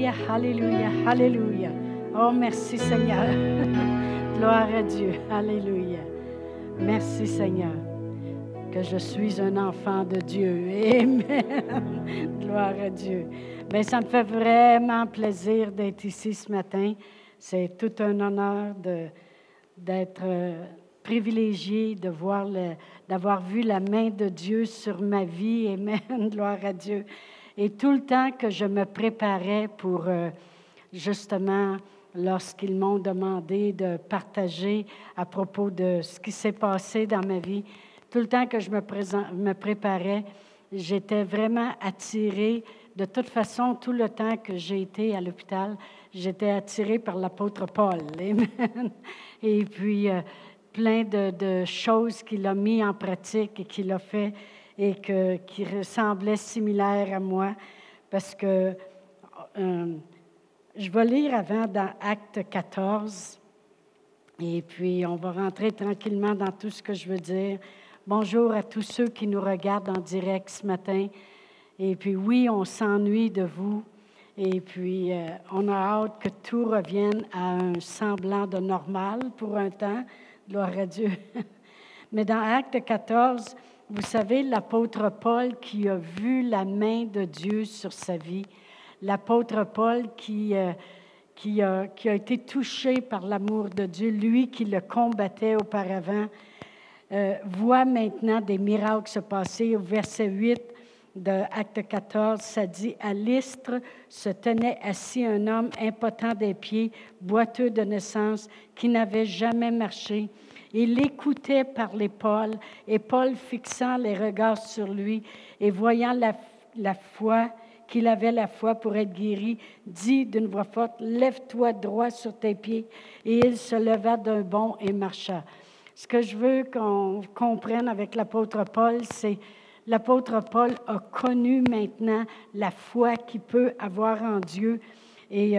Alléluia, alléluia, alléluia. Oh, merci Seigneur. Gloire à Dieu. Alléluia. Merci Seigneur que je suis un enfant de Dieu. Amen. Gloire à Dieu. Bien, ça me fait vraiment plaisir d'être ici ce matin. C'est tout un honneur d'être privilégié, d'avoir vu la main de Dieu sur ma vie. Amen. Gloire à Dieu. Et tout le temps que je me préparais pour justement, lorsqu'ils m'ont demandé de partager à propos de ce qui s'est passé dans ma vie, tout le temps que je me préparais, j'étais vraiment attirée. De toute façon, tout le temps que j'ai été à l'hôpital, j'étais attirée par l'apôtre Paul. Amen. Et puis, plein de choses qu'il a mis en pratique et qu'il a fait et qui ressemblaient similaires à moi. Parce que je vais lire avant dans Acte 14. Et puis, on va rentrer tranquillement dans tout ce que je veux dire. Bonjour à tous ceux qui nous regardent en direct ce matin. Et puis, oui, on s'ennuie de vous. Et puis, on a hâte que tout revienne à un semblant de normal pour un temps. Gloire à Dieu. Mais dans Acte 14, vous savez, l'apôtre Paul qui a vu la main de Dieu sur sa vie, l'apôtre Paul qui a été touché par l'amour de Dieu, lui qui le combattait auparavant, voit maintenant des miracles se passer. Au verset 8 de Acte 14, ça dit « À Lystre se tenait assis un homme impotent des pieds, boiteux de naissance, qui n'avait jamais marché. Il écoutait parler Paul, et Paul, fixant les regards sur lui et voyant la foi, qu'il avait la foi pour être guéri, dit d'une voix forte, « Lève-toi droit sur tes pieds. » Et il se leva d'un bond et marcha. Ce que je veux qu'on comprenne avec l'apôtre Paul, c'est l'apôtre Paul a connu maintenant la foi qu'il peut avoir en Dieu. Et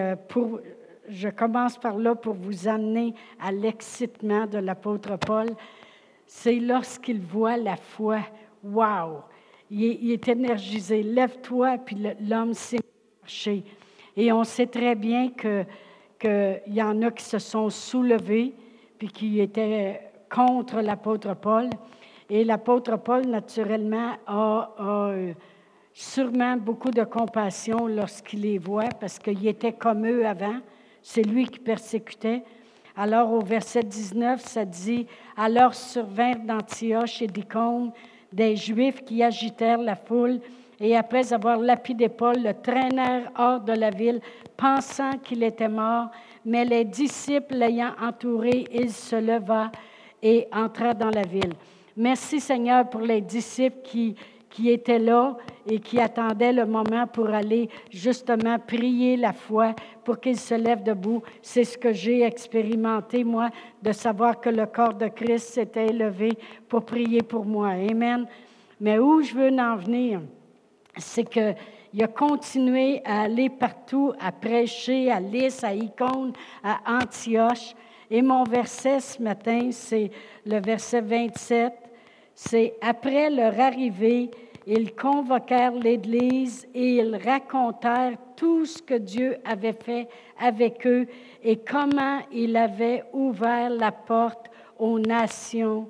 je commence par là pour vous amener à l'excitement de l'apôtre Paul. C'est lorsqu'il voit la foi. Wow! Il est énergisé. Lève-toi, puis l'homme s'est marché. Et on sait très bien qu'il y en a qui se sont soulevés, puis qui étaient contre l'apôtre Paul. Et l'apôtre Paul, naturellement, a sûrement beaucoup de compassion lorsqu'il les voit, parce qu'il était comme eux avant. C'est lui qui persécutait. Alors, au verset 19, ça dit, « Alors survinrent d'Antioche et d'Icône des Juifs qui agitèrent la foule, et après avoir lapidé Paul, le traînèrent hors de la ville, pensant qu'il était mort. Mais les disciples l'ayant entouré, il se leva et entra dans la ville. » Merci Seigneur pour les disciples qui étaient là et qui attendaient le moment pour aller justement prier la foi pour qu'ils se lèvent debout. C'est ce que j'ai expérimenté, moi, de savoir que le corps de Christ s'était élevé pour prier pour moi. Amen. Mais où je veux en venir, c'est qu'il a continué à aller partout, à prêcher à Lys, à Icône, à Antioche. Et mon verset ce matin, c'est le verset 27. C'est « Après leur arrivée, ils convoquèrent l'Église et ils racontèrent tout ce que Dieu avait fait avec eux et comment il avait ouvert la porte aux nations,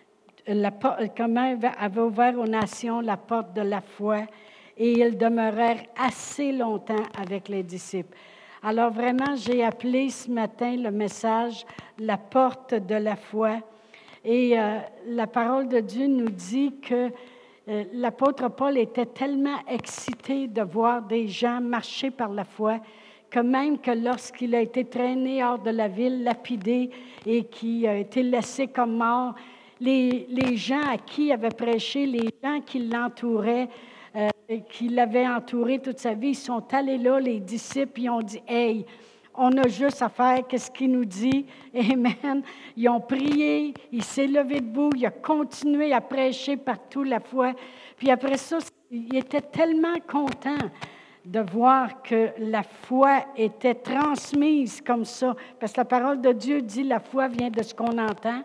comment il avait ouvert aux nations la porte de la foi. Et ils demeurèrent assez longtemps avec les disciples. » Alors vraiment, j'ai appelé ce matin le message « La porte de la foi ». Et la parole de Dieu nous dit que l'apôtre Paul était tellement excité de voir des gens marcher par la foi que même que lorsqu'il a été traîné hors de la ville, lapidé et qui a été laissé comme mort, les gens à qui il avait prêché, les gens qui l'entouraient, qui l'avaient entouré toute sa vie, ils sont allés là, les disciples, ils ont dit « Hey, on a juste à faire qu'est-ce qu'il nous dit. » Amen. Ils ont prié, il s'est levé debout, il a continué à prêcher partout la foi. Puis après ça, il était tellement content de voir que la foi était transmise comme ça. Parce que la parole de Dieu dit la foi vient de ce qu'on entend.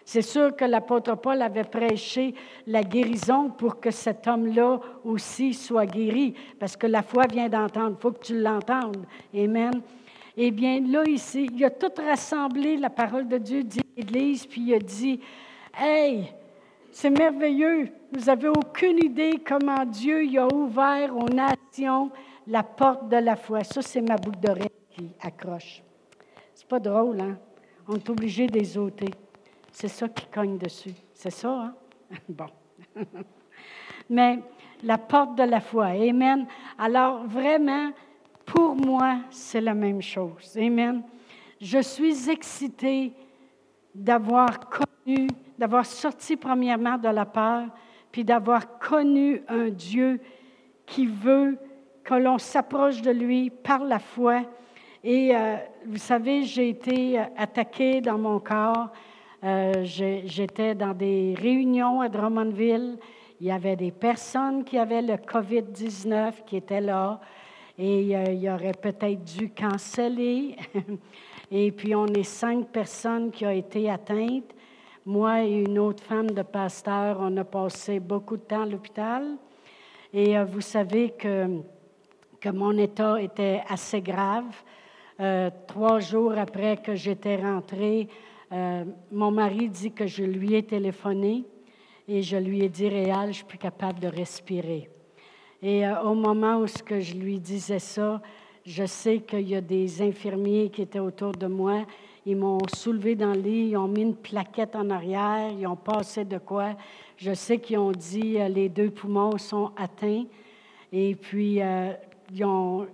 C'est sûr que l'apôtre Paul avait prêché la guérison pour que cet homme-là aussi soit guéri, parce que la foi vient d'entendre. Il faut que tu l'entendes. Amen. Eh bien, là, ici, il a tout rassemblé, la parole de Dieu dit à l'Église, puis il a dit, « Hey, c'est merveilleux! Vous n'avez aucune idée comment Dieu il a ouvert aux nations la porte de la foi. » Ça, c'est ma boucle d'oreille qui accroche. C'est pas drôle, hein? On est obligé de les ôter. C'est ça qui cogne dessus. C'est ça, hein? Bon. Mais la porte de la foi. Amen. Alors, vraiment, pour moi, c'est la même chose. Amen. Je suis excitée d'avoir connu, d'avoir sorti premièrement de la peur, puis d'avoir connu un Dieu qui veut que l'on s'approche de lui par la foi. Et vous savez, j'ai été attaquée dans mon corps. J'étais dans des réunions à Drummondville. Il y avait des personnes qui avaient le COVID-19 qui étaient là. Et il aurait peut-être dû canceller. Et puis, on est 5 personnes qui ont été atteintes. Moi et une autre femme de pasteur, on a passé beaucoup de temps à l'hôpital. Et vous savez que mon état était assez grave. 3 jours après que j'étais rentrée, mon mari dit que je lui ai téléphoné et je lui ai dit, « Réal, je ne suis plus capable de respirer. » Et au moment où je lui disais ça, je sais qu'il y a des infirmiers qui étaient autour de moi. Ils m'ont soulevé dans le lit, ils ont mis une plaquette en arrière, ils ont passé de quoi. Je sais qu'ils ont dit les 2 poumons sont atteints. Et puis, ils ont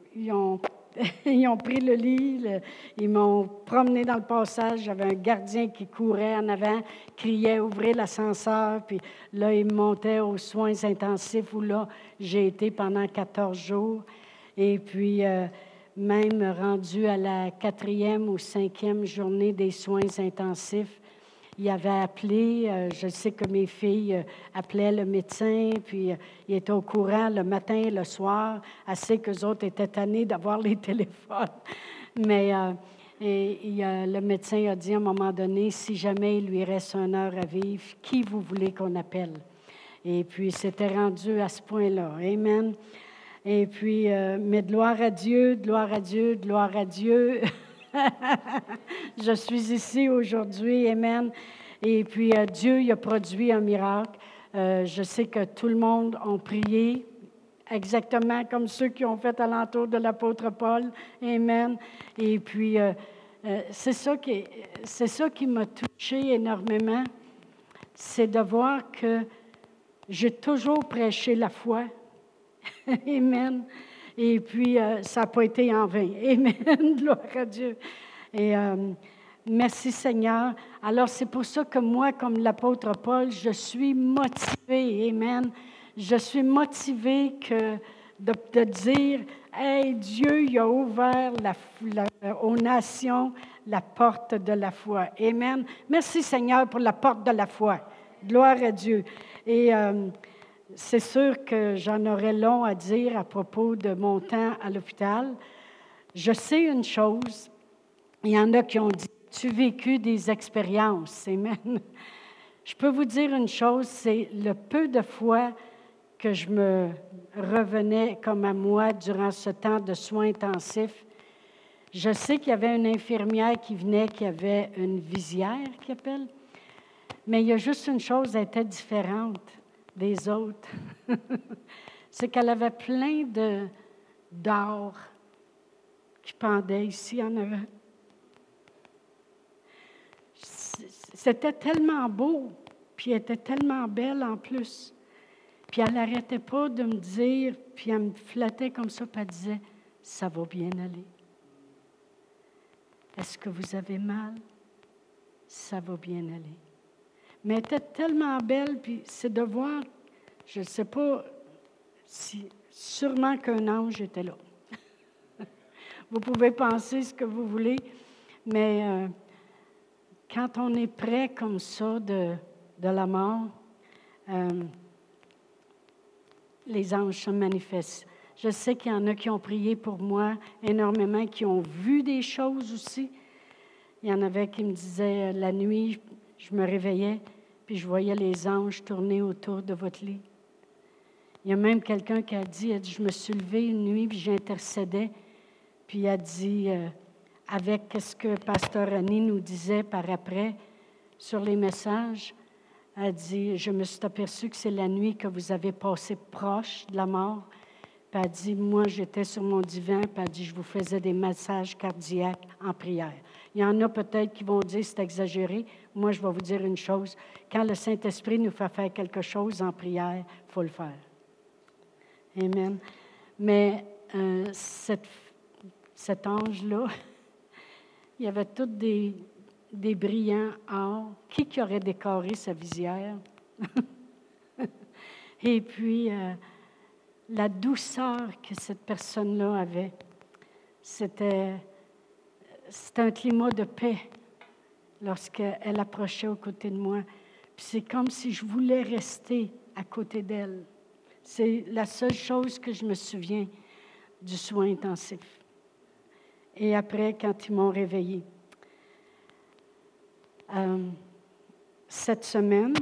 pris le lit, ils m'ont promené dans le passage. J'avais un gardien qui courait en avant, criait « Ouvrez l'ascenseur ». Puis là, il me montait aux soins intensifs où là, j'ai été pendant 14 jours. Et puis, même rendu à la 4e ou 5e journée des soins intensifs, il avait appelé, je sais que mes filles appelaient le médecin, puis il était au courant le matin et le soir, assez qu'eux autres étaient tannés d'avoir les téléphones. Mais le médecin a dit à un moment donné, si jamais il lui reste 1 heure à vivre, qui vous voulez qu'on appelle? Et puis, c'était rendu à ce point-là. Amen. Et puis, mais gloire à Dieu, gloire à Dieu, gloire à Dieu. Je suis ici aujourd'hui, amen. Et puis, Dieu il a produit un miracle. Je sais que tout le monde a prié, exactement comme ceux qui ont fait alentour de l'apôtre Paul, amen. Et puis, c'est ça qui m'a touchée énormément, c'est de voir que j'ai toujours prêché la foi. Amen. Et puis, ça n'a pas été en vain. Amen. Gloire à Dieu. Et merci Seigneur. Alors, c'est pour ça que moi, comme l'apôtre Paul, je suis motivée. Amen. Je suis motivée de dire, « Hey, Dieu, il a ouvert aux nations la porte de la foi. » Amen. Merci Seigneur pour la porte de la foi. Gloire à Dieu. Et c'est sûr que j'en aurais long à dire à propos de mon temps à l'hôpital. Je sais une chose, il y en a qui ont dit, « Tu as vécu des expériences. » Amen. Je peux vous dire une chose, c'est le peu de fois que je me revenais comme à moi durant ce temps de soins intensifs. Je sais qu'il y avait une infirmière qui venait, qui avait une visière, qui appelle. Mais il y a juste une chose, elle était différente des autres. C'est qu'elle avait plein d'or qui pendait ici en avant. C'était tellement beau, puis elle était tellement belle en plus. Puis elle n'arrêtait pas de me dire, puis elle me flattait comme ça, puis elle disait, « Ça va bien aller. Est-ce que vous avez mal? Ça va bien aller. » Mais elle était tellement belle, puis c'est de voir, je ne sais pas si, sûrement qu'un ange était là. Vous pouvez penser ce que vous voulez, mais quand on est près comme ça de la mort, les anges se manifestent. Je sais qu'il y en a qui ont prié pour moi énormément, qui ont vu des choses aussi. Il y en avait qui me disaient la nuit, je me réveillais, puis je voyais les anges tourner autour de votre lit. Il y a même quelqu'un qui a dit, je me suis levée une nuit, puis j'intercédais, puis il a dit, avec ce que Pasteur Annie nous disait par après sur les messages, elle dit, je me suis aperçue que c'est la nuit que vous avez passée proche de la mort. Puis elle dit, moi, j'étais sur mon divan, puis elle dit, je vous faisais des massages cardiaques en prière. Il y en a peut-être qui vont dire, c'est exagéré. Moi, je vais vous dire une chose. Quand le Saint-Esprit nous fait faire quelque chose en prière, il faut le faire. Amen. Mais cet ange-là, il y avait tous des brillants or. Qui aurait décoré sa visière? Et puis, la douceur que cette personne-là avait, c'était un climat de paix lorsqu'elle approchait aux côtés de moi. Puis c'est comme si je voulais rester à côté d'elle. C'est la seule chose que je me souviens du soin intensif. Et après, quand ils m'ont réveillée, cette semaine,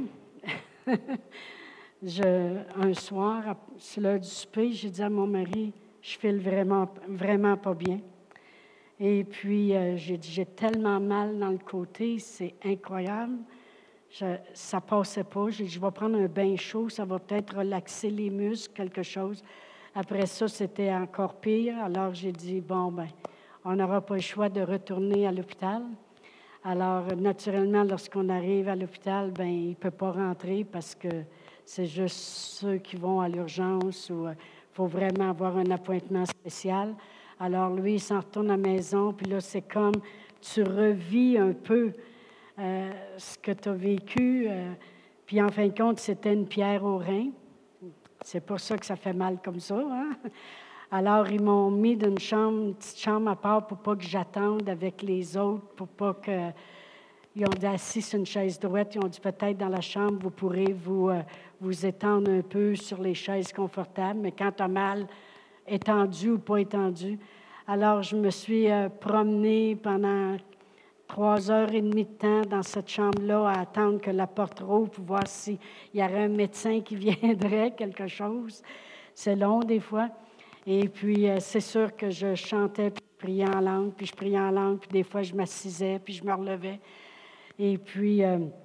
un soir, sur l'heure du souper, j'ai dit à mon mari, je file vraiment, vraiment pas bien. Et puis, j'ai dit, j'ai tellement mal dans le côté, c'est incroyable. Ça passait pas. J'ai dit, je vais prendre un bain chaud, ça va peut-être relaxer les muscles, quelque chose. Après ça, c'était encore pire. Alors, j'ai dit, bon, on n'aura pas le choix de retourner à l'hôpital. Alors, naturellement, lorsqu'on arrive à l'hôpital, il ne peut pas rentrer parce que c'est juste ceux qui vont à l'urgence ou il faut vraiment avoir un appointement spécial. Alors, lui, il s'en retourne à la maison, puis là, c'est comme tu revis un peu ce que tu as vécu. Puis, en fin de compte, c'était une pierre au rein. C'est pour ça que ça fait mal comme ça, hein? Alors, ils m'ont mis dans une petite chambre à part pour pas que j'attende avec les autres, pour pas que... Ils ont dit assis sur une chaise droite, ils ont dit peut-être dans la chambre, vous pourrez vous étendre un peu sur les chaises confortables, mais quand tu as mal, étendu ou pas étendu. Alors, je me suis promenée pendant 3h30 de temps dans cette chambre-là à attendre que la porte rouvre pour voir s'il y aurait un médecin qui viendrait, quelque chose. C'est long des fois. Et puis, c'est sûr que je chantais, puis je priais en langue, puis je priais en langue, puis des fois, je m'assisais, puis je me relevais. Et puis,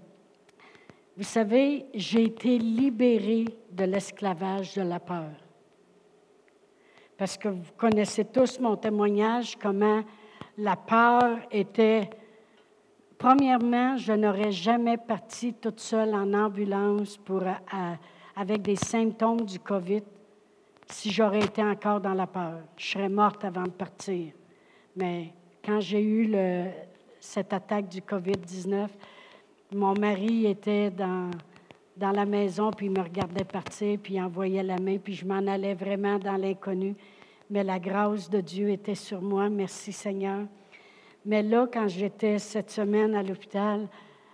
vous savez, j'ai été libérée de l'esclavage de la peur. Parce que vous connaissez tous mon témoignage, comment la peur était... Premièrement, je n'aurais jamais parti toute seule en ambulance avec des symptômes du COVID si j'aurais été encore dans la peur. Je serais morte avant de partir. Mais quand j'ai eu cette attaque du COVID-19, mon mari était dans la maison, puis il me regardait partir, puis il envoyait la main, puis je m'en allais vraiment dans l'inconnu. Mais la grâce de Dieu était sur moi. Merci Seigneur. Mais là, quand j'étais cette semaine à l'hôpital,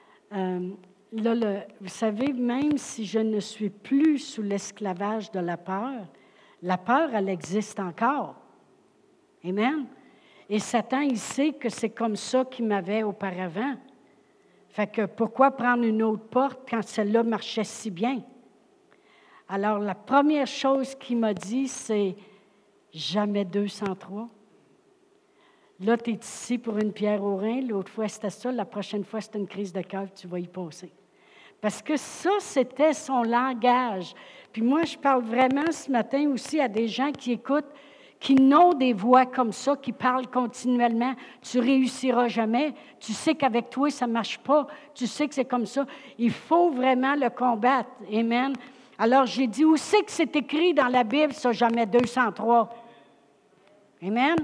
vous savez, même si je ne suis plus sous l'esclavage de la peur, elle existe encore. Amen. Et Satan, il sait que c'est comme ça qu'il m'avait auparavant. Fait que pourquoi prendre une autre porte quand celle-là marchait si bien? Alors, la première chose qu'il m'a dit, c'est « jamais 203 ». Là, tu es ici pour une pierre au rein. L'autre fois, c'était ça. La prochaine fois, c'est une crise de cœur. Tu vas y passer. Parce que ça, c'était son langage. Puis moi, je parle vraiment ce matin aussi à des gens qui écoutent, qui n'ont des voix comme ça, qui parlent continuellement. Tu réussiras jamais. Tu sais qu'avec toi, ça ne marche pas. Tu sais que c'est comme ça. Il faut vraiment le combattre. Amen. Alors, j'ai dit, où c'est que c'est écrit dans la Bible, ça, jamais 203? Amen.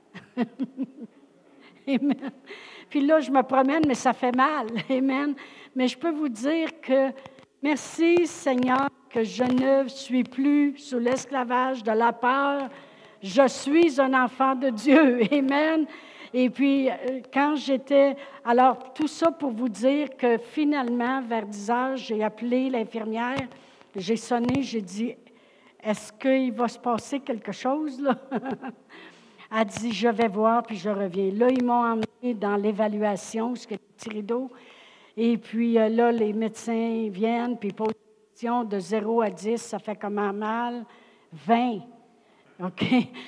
Amen. Puis là, je me promène, mais ça fait mal. Amen. Mais je peux vous dire que merci, Seigneur, que je ne suis plus sous l'esclavage de la peur. Je suis un enfant de Dieu. Amen. Et puis, quand j'étais... Alors, tout ça pour vous dire que finalement, vers 10 heures, j'ai appelé l'infirmière. J'ai sonné, j'ai dit, est-ce qu'il va se passer quelque chose, là? Elle dit, je vais voir, puis je reviens. Là, ils m'ont emmené dans l'évaluation, ce que petit rideau. Et puis là, les médecins viennent, puis ils posent des questions de 0 à 10, ça fait comment mal? 20. OK?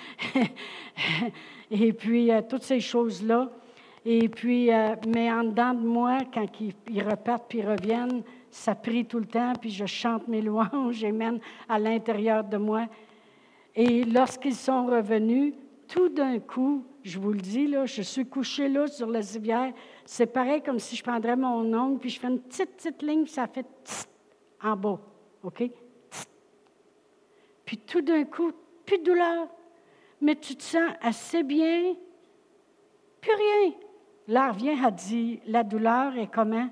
Et puis, toutes ces choses-là. Et puis, mais en dedans de moi, quand ils repartent puis ils reviennent, ça prie tout le temps, puis je chante mes louanges, j'émène à l'intérieur de moi. Et lorsqu'ils sont revenus, tout d'un coup, je vous le dis, là, je suis couchée là sur la civière. C'est pareil comme si je prendrais mon ongle, puis je fais une petite ligne, puis ça fait tss en bas. OK? Tss. Puis tout d'un coup, plus de douleur. Mais tu te sens assez bien, plus rien. Là, revient, elle dit, la douleur est comment?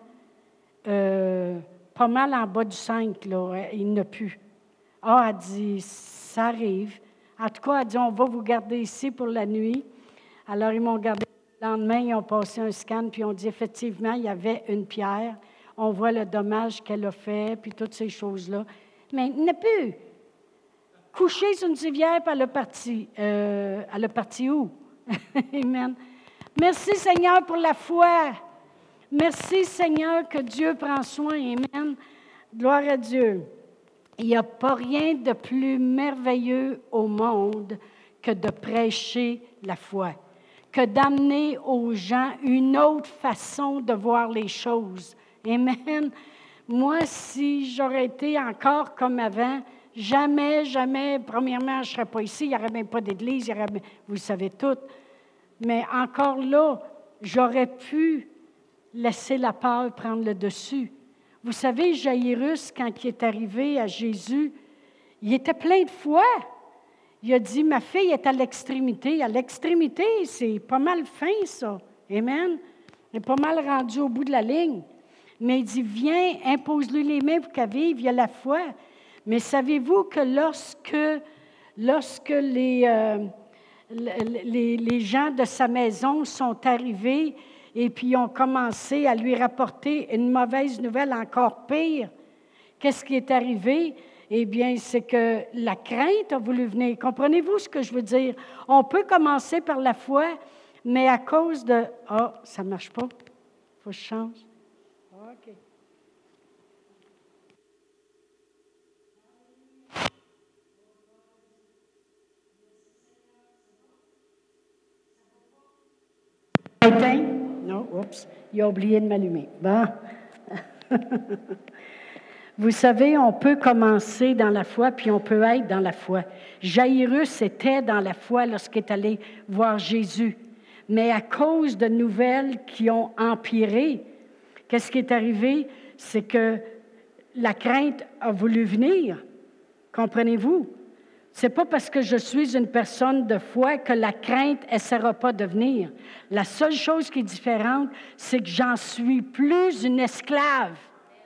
Pas mal en bas du 5, là, il n'a plus. Ah, elle dit, ça arrive. En tout cas, elle dit, on va vous garder ici pour la nuit. Alors, ils m'ont gardé. Le lendemain, ils ont passé un scan, puis ils ont dit, effectivement, il y avait une pierre. On voit le dommage qu'elle a fait, puis toutes ces choses-là. Mais il n'a plus. Coucher sur une civière, puis elle est partie où? Amen. Merci, Seigneur, pour la foi. Merci, Seigneur, que Dieu prend soin. Amen. Gloire à Dieu. Il n'y a pas rien de plus merveilleux au monde que de prêcher la foi, que d'amener aux gens une autre façon de voir les choses. Amen. Moi, si j'aurais été encore comme avant, jamais, premièrement, je ne serais pas ici, il n'y aurait même pas d'église, vous le savez tout. Mais encore là, j'aurais pu laisser la peur prendre le dessus. Vous savez, Jaïrus, quand il est arrivé à Jésus, il était plein de foi. Il a dit, ma fille est à l'extrémité. À l'extrémité, c'est pas mal fin, ça. Amen. Elle est pas mal rendue au bout de la ligne. Mais il dit, viens, impose-lui les mains pour qu'elle vive, il y a la foi. Mais savez-vous que lorsque les gens de sa maison sont arrivés et puis ont commencé à lui rapporter une mauvaise nouvelle encore pire, qu'est-ce qui est arrivé? Eh bien, c'est que la crainte a voulu venir. Comprenez-vous ce que je veux dire? On peut commencer par la foi, mais à cause de... Ah, ça ne marche pas. Il faut que je change. OK. Éteint? Non, oups, il a oublié de m'allumer. Bon. Vous savez, on peut commencer dans la foi, puis on peut être dans la foi. Jaïrus était dans la foi lorsqu'il est allé voir Jésus. Mais à cause de nouvelles qui ont empiré, qu'est-ce qui est arrivé? C'est que la crainte a voulu venir. Comprenez-vous? C'est pas parce que je suis une personne de foi que la crainte n'essaiera pas de venir. La seule chose qui est différente, c'est que j'en suis plus une esclave.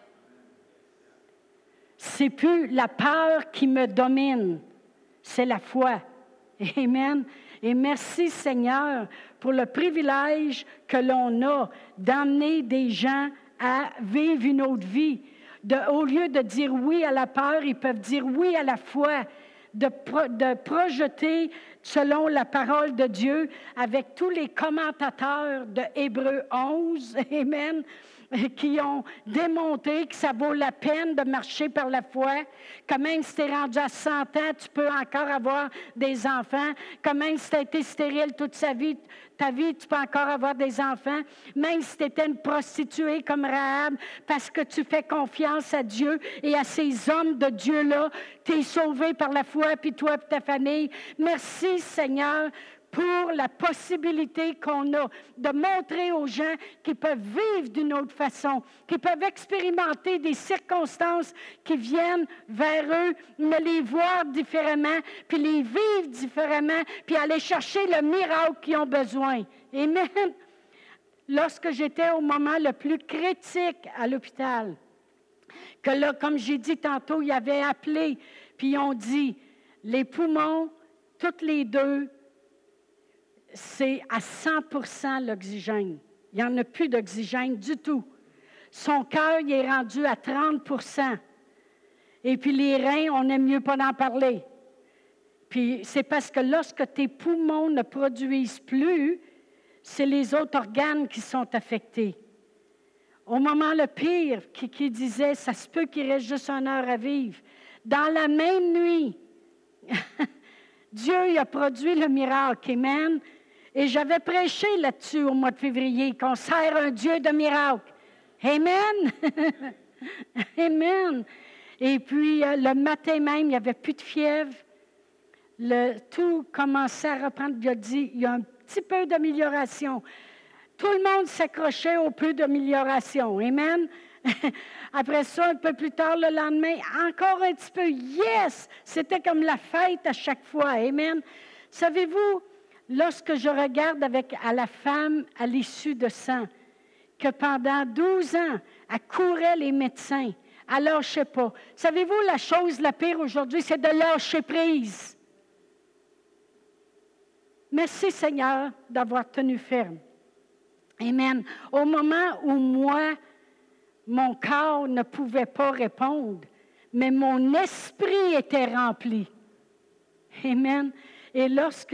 C'est plus la peur qui me domine, c'est la foi. Amen. Et merci Seigneur pour le privilège que l'on a d'emmener des gens à vivre une autre vie. Au lieu de dire oui à la peur, ils peuvent dire oui à la foi. De projeter selon la parole de Dieu avec tous les commentateurs de Hébreux 11, amen, qui ont démontré que ça vaut la peine de marcher par la foi, que même si tu es rendu à 100 ans, tu peux encore avoir des enfants, que même si tu as été stérile toute ta vie, tu peux encore avoir des enfants, même si tu étais une prostituée comme Rahab, parce que tu fais confiance à Dieu et à ces hommes de Dieu-là, tu es sauvé par la foi, puis toi et ta famille. Merci Seigneur pour la possibilité qu'on a de montrer aux gens qu'ils peuvent vivre d'une autre façon, qu'ils peuvent expérimenter des circonstances qui viennent vers eux, mais les voir différemment, puis les vivre différemment, puis aller chercher le miracle qu'ils ont besoin. Amen. Lorsque j'étais au moment le plus critique à l'hôpital, que là, comme j'ai dit tantôt, ils avaient appelé, puis ils ont dit, les poumons, toutes les deux, c'est à 100% l'oxygène. Il n'y en a plus d'oxygène du tout. Son cœur, il est rendu à 30%. Et puis les reins, on n'aime mieux pas d'en parler. Puis c'est parce que lorsque tes poumons ne produisent plus, c'est les autres organes qui sont affectés. Au moment le pire, qui disait, ça se peut qu'il reste juste 1 heure à vivre. Dans la même nuit, Dieu il a produit le miracle. Amen. Et j'avais prêché là-dessus au mois de février, qu'on sert un Dieu de miracle. Amen. Amen. Et puis, le matin même, il n'y avait plus de fièvre. Tout commençait à reprendre. Il a dit, il y a un petit peu d'amélioration. Tout le monde s'accrochait au peu d'amélioration. Amen. Après ça, un peu plus tard, le lendemain, encore un petit peu. Yes! C'était comme la fête à chaque fois. Amen. Savez-vous, lorsque je regarde à la femme à l'issue de sang, que pendant 12 ans, elle courait les médecins, elle ne lâchait pas. Savez-vous, la chose la pire aujourd'hui, c'est de lâcher prise. Merci Seigneur d'avoir tenu ferme. Amen. Au moment où moi, mon corps ne pouvait pas répondre, mais mon esprit était rempli. Amen. Et lorsque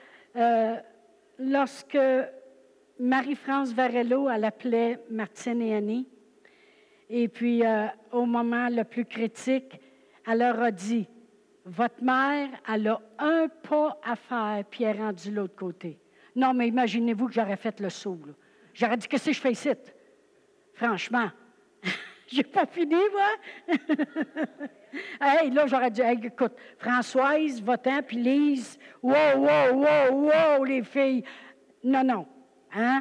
Marie-France Varello, elle appelait Martine et Annie, et puis au moment le plus critique, elle leur a dit, votre mère, elle a un pas à faire, puis elle est rendue de l'autre côté. Non, mais imaginez-vous que j'aurais fait le saut, là. J'aurais dit, qu'est-ce que je fais ici? Franchement, j'ai pas fini, moi. Hey, là, j'aurais dit, hey, écoute, Françoise, va-t'en, puis Lise, wow, les filles. Non, hein?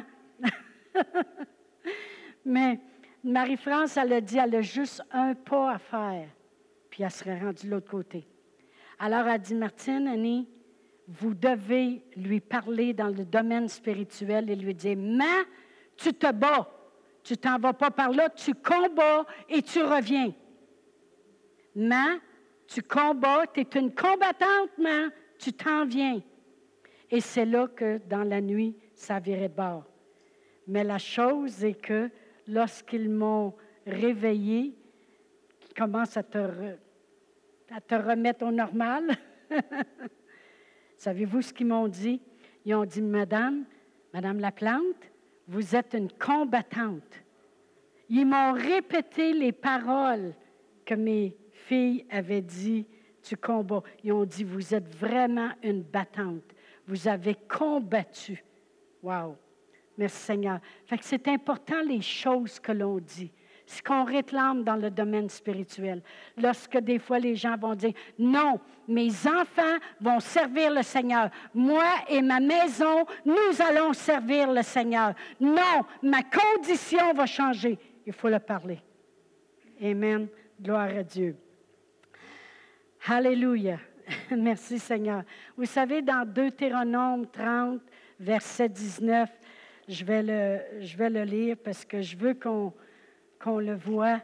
Mais Marie-France, elle a dit, elle a juste un pas à faire, puis elle serait rendue de l'autre côté. Alors, elle a dit, Martine, Annie, vous devez lui parler dans le domaine spirituel et lui dire, mais tu te bats, tu t'en vas pas par là, tu combats et tu reviens. Mais tu combats, tu es une combattante, mais tu t'en viens. Et c'est là que, dans la nuit, ça virait de bord. Mais la chose est que, lorsqu'ils m'ont réveillée, ils commencent à te remettre au normal. Savez-vous ce qu'ils m'ont dit? Ils ont dit, Madame Laplante, vous êtes une combattante. Ils m'ont répété les paroles que mes filles avaient dit, tu combats. Ils ont dit, vous êtes vraiment une battante. Vous avez combattu. Wow! Merci Seigneur. Fait que c'est important les choses que l'on dit. Ce qu'on réclame dans le domaine spirituel. Lorsque des fois les gens vont dire, non, mes enfants vont servir le Seigneur. Moi et ma maison, nous allons servir le Seigneur. Non, ma condition va changer. Il faut le parler. Amen. Gloire à Dieu. Alléluia. Merci Seigneur. Vous savez, dans Deutéronome 30, verset 19, je vais le lire parce que je veux qu'on le voit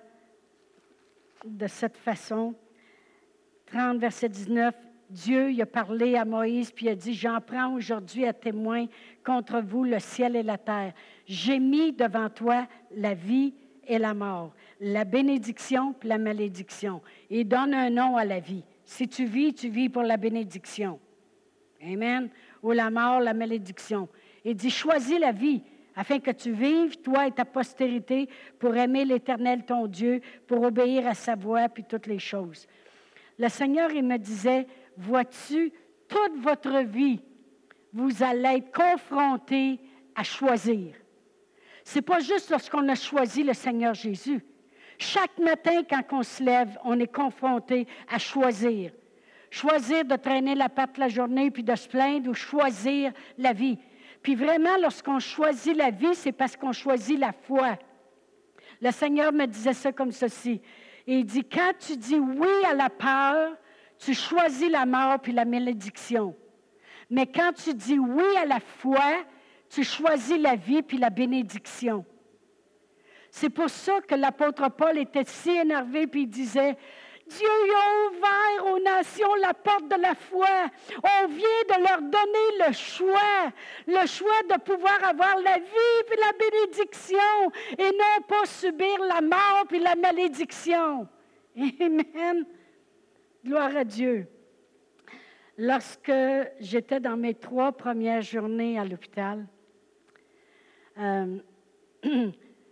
de cette façon. 30, verset 19, Dieu il a parlé à Moïse, puis il a dit, j'en prends aujourd'hui à témoin contre vous le ciel et la terre. J'ai mis devant toi la vie et la mort, la bénédiction puis la malédiction. Et donne un nom à la vie. Si tu vis pour la bénédiction. Amen. Ou la mort, la malédiction. Il dit, choisis la vie, afin que tu vives, toi et ta postérité, pour aimer l'Éternel, ton Dieu, pour obéir à sa voix, puis toutes les choses. Le Seigneur, il me disait, vois-tu, toute votre vie, vous allez être confrontés à choisir. Ce n'est pas juste lorsqu'on a choisi le Seigneur Jésus. Chaque matin, quand on se lève, on est confronté à choisir. Choisir de traîner la patte la journée, puis de se plaindre, ou choisir la vie. Puis vraiment, lorsqu'on choisit la vie, c'est parce qu'on choisit la foi. Le Seigneur me disait ça comme ceci. Il dit, quand tu dis oui à la peur, tu choisis la mort puis la malédiction. Mais quand tu dis oui à la foi, tu choisis la vie puis la bénédiction. C'est pour ça que l'apôtre Paul était si énervé puis il disait, Dieu a ouvert aux nations la porte de la foi. On vient de leur donner le choix de pouvoir avoir la vie puis la bénédiction et non pas subir la mort puis la malédiction. Amen. Gloire à Dieu. Lorsque j'étais dans mes 3 premières journées à l'hôpital,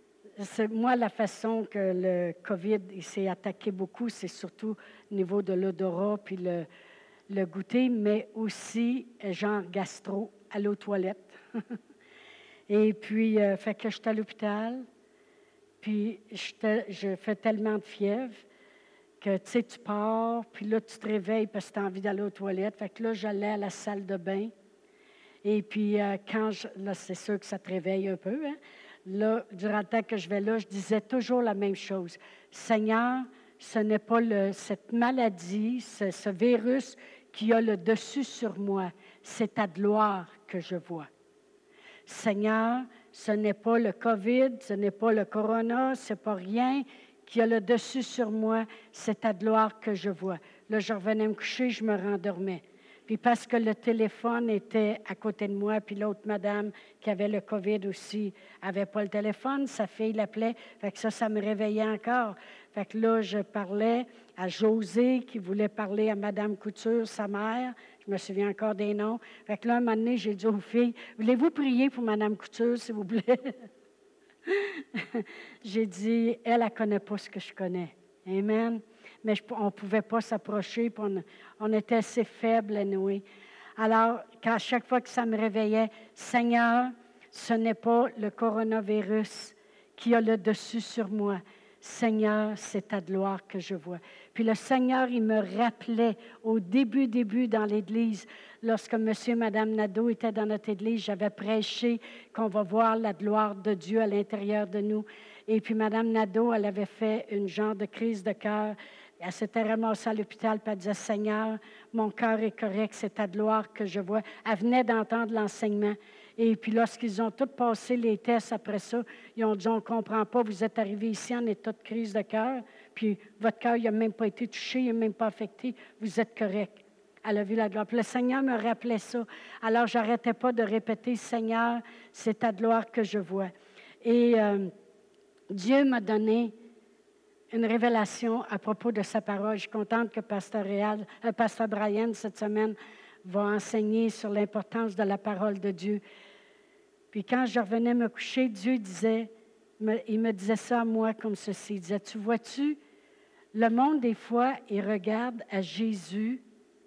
Moi, la façon que le COVID il s'est attaqué beaucoup, c'est surtout au niveau de l'odorat puis le goûter, mais aussi genre gastro, aller aux toilettes. Et puis, fait que j'étais à l'hôpital, puis je fais tellement de fièvre que, tu sais, tu pars, puis là, tu te réveilles parce que tu as envie d'aller aux toilettes. Fait que là, j'allais à la salle de bain. Et puis, là, c'est sûr que ça te réveille un peu, hein? Là, durant le temps que je vais là, je disais toujours la même chose. Seigneur, ce n'est pas cette maladie, ce virus qui a le dessus sur moi. C'est ta gloire que je vois. Seigneur, ce n'est pas le COVID, ce n'est pas le corona, ce n'est pas rien qui a le dessus sur moi. C'est ta gloire que je vois. Là, je revenais me coucher, je me rendormais. Puis parce que le téléphone était à côté de moi, puis l'autre madame qui avait le COVID aussi n'avait pas le téléphone, sa fille l'appelait, fait que ça me réveillait encore. Fait que là, je parlais à José qui voulait parler à Madame Couture, sa mère. Je me souviens encore des noms. Fait que là, un moment donné, j'ai dit aux filles, « Voulez-vous prier pour Madame Couture, s'il vous plaît? » J'ai dit, « Elle ne connaît pas ce que je connais. » Amen. Mais on ne pouvait pas s'approcher, puis on était assez faibles, anyway. Alors, à chaque fois que ça me réveillait, « Seigneur, ce n'est pas le coronavirus qui a le dessus sur moi. Seigneur, c'est ta gloire que je vois. » Puis le Seigneur, il me rappelait au début dans l'Église, lorsque monsieur et madame Nadeau étaient dans notre Église, j'avais prêché qu'on va voir la gloire de Dieu à l'intérieur de nous. Et puis madame Nadeau, elle avait fait une genre de crise de cœur. Elle s'était ramassée à l'hôpital, puis elle disait, « Seigneur, mon cœur est correct, c'est ta gloire que je vois. » Elle venait d'entendre l'enseignement. Et puis lorsqu'ils ont tous passé les tests après ça, ils ont dit, « On ne comprend pas, vous êtes arrivés ici en état de crise de cœur, puis votre cœur n'a même pas été touché, il n'a même pas affecté, vous êtes correct. » Elle a vu la gloire. Puis le Seigneur me rappelait ça. Alors, je n'arrêtais pas de répéter, « Seigneur, c'est ta gloire que je vois. » Et Dieu m'a donné une révélation à propos de sa parole. Je suis contente que Pasteur Brian, cette semaine, va enseigner sur l'importance de la parole de Dieu. Puis quand je revenais me coucher, Dieu il me disait ça à moi comme ceci. Il disait, « Tu vois-tu, le monde, des fois, il regarde à Jésus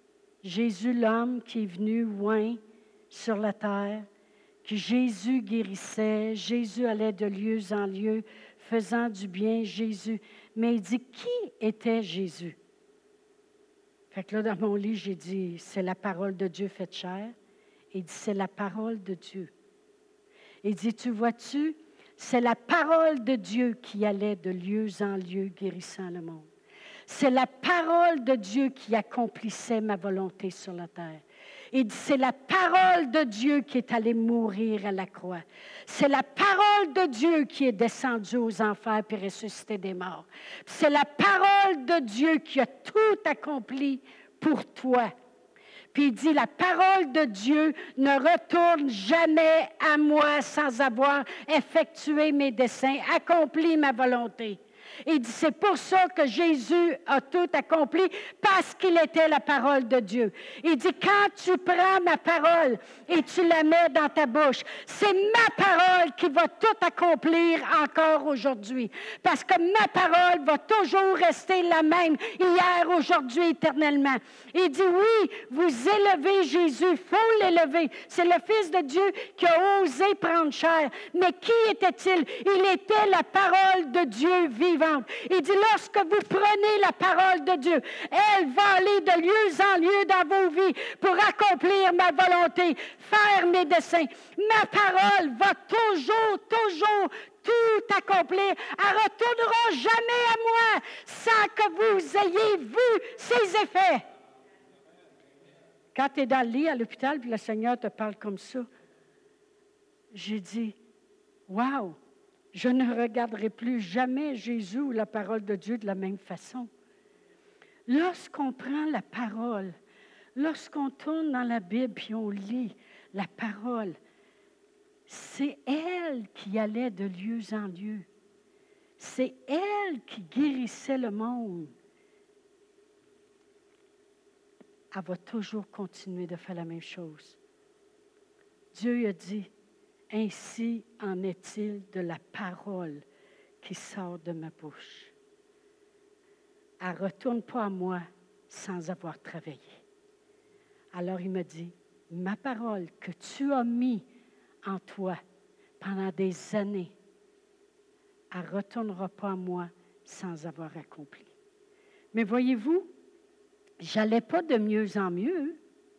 l'homme qui est venu loin sur la terre, que Jésus guérissait, Jésus allait de lieu en lieu, faisant du bien, Jésus. » Mais il dit, qui était Jésus? Fait que là, dans mon lit, j'ai dit, c'est la parole de Dieu faite chair. Il dit, c'est la parole de Dieu. Il dit, tu vois-tu, c'est la parole de Dieu qui allait de lieu en lieu, guérissant le monde. C'est la parole de Dieu qui accomplissait ma volonté sur la terre. Il dit, c'est la parole de Dieu qui est allée mourir à la croix. C'est la parole de Dieu qui est descendue aux enfers puis ressuscité des morts. C'est la parole de Dieu qui a tout accompli pour toi. Puis il dit, la parole de Dieu ne retourne jamais à moi sans avoir effectué mes desseins, accompli ma volonté. Il dit, c'est pour ça que Jésus a tout accompli, parce qu'il était la parole de Dieu. Il dit, quand tu prends ma parole et tu la mets dans ta bouche, c'est ma parole qui va tout accomplir encore aujourd'hui. Parce que ma parole va toujours rester la même, hier, aujourd'hui, éternellement. Il dit, oui, vous élevez Jésus, il faut l'élever. C'est le Fils de Dieu qui a osé prendre chair. Mais qui était-il? Il était la parole de Dieu vivante. Il dit, lorsque vous prenez la parole de Dieu, elle va aller de lieu en lieu dans vos vies pour accomplir ma volonté, faire mes desseins. Ma parole va toujours tout accomplir. Elle ne retournera jamais à moi sans que vous ayez vu ses effets. Quand tu es dans le lit à l'hôpital, puis le Seigneur te parle comme ça, j'ai dit, wow! Je ne regarderai plus jamais Jésus ou la parole de Dieu de la même façon. Lorsqu'on prend la parole, lorsqu'on tourne dans la Bible et on lit la parole, c'est elle qui allait de lieu en lieu. C'est elle qui guérissait le monde. Elle va toujours continuer de faire la même chose. Dieu a dit, ainsi en est-il de la parole qui sort de ma bouche. Elle ne retourne pas à moi sans avoir travaillé. Alors il me dit, ma parole que tu as mis en toi pendant des années, elle ne retournera pas à moi sans avoir accompli. Mais voyez-vous, j'allais pas de mieux en mieux.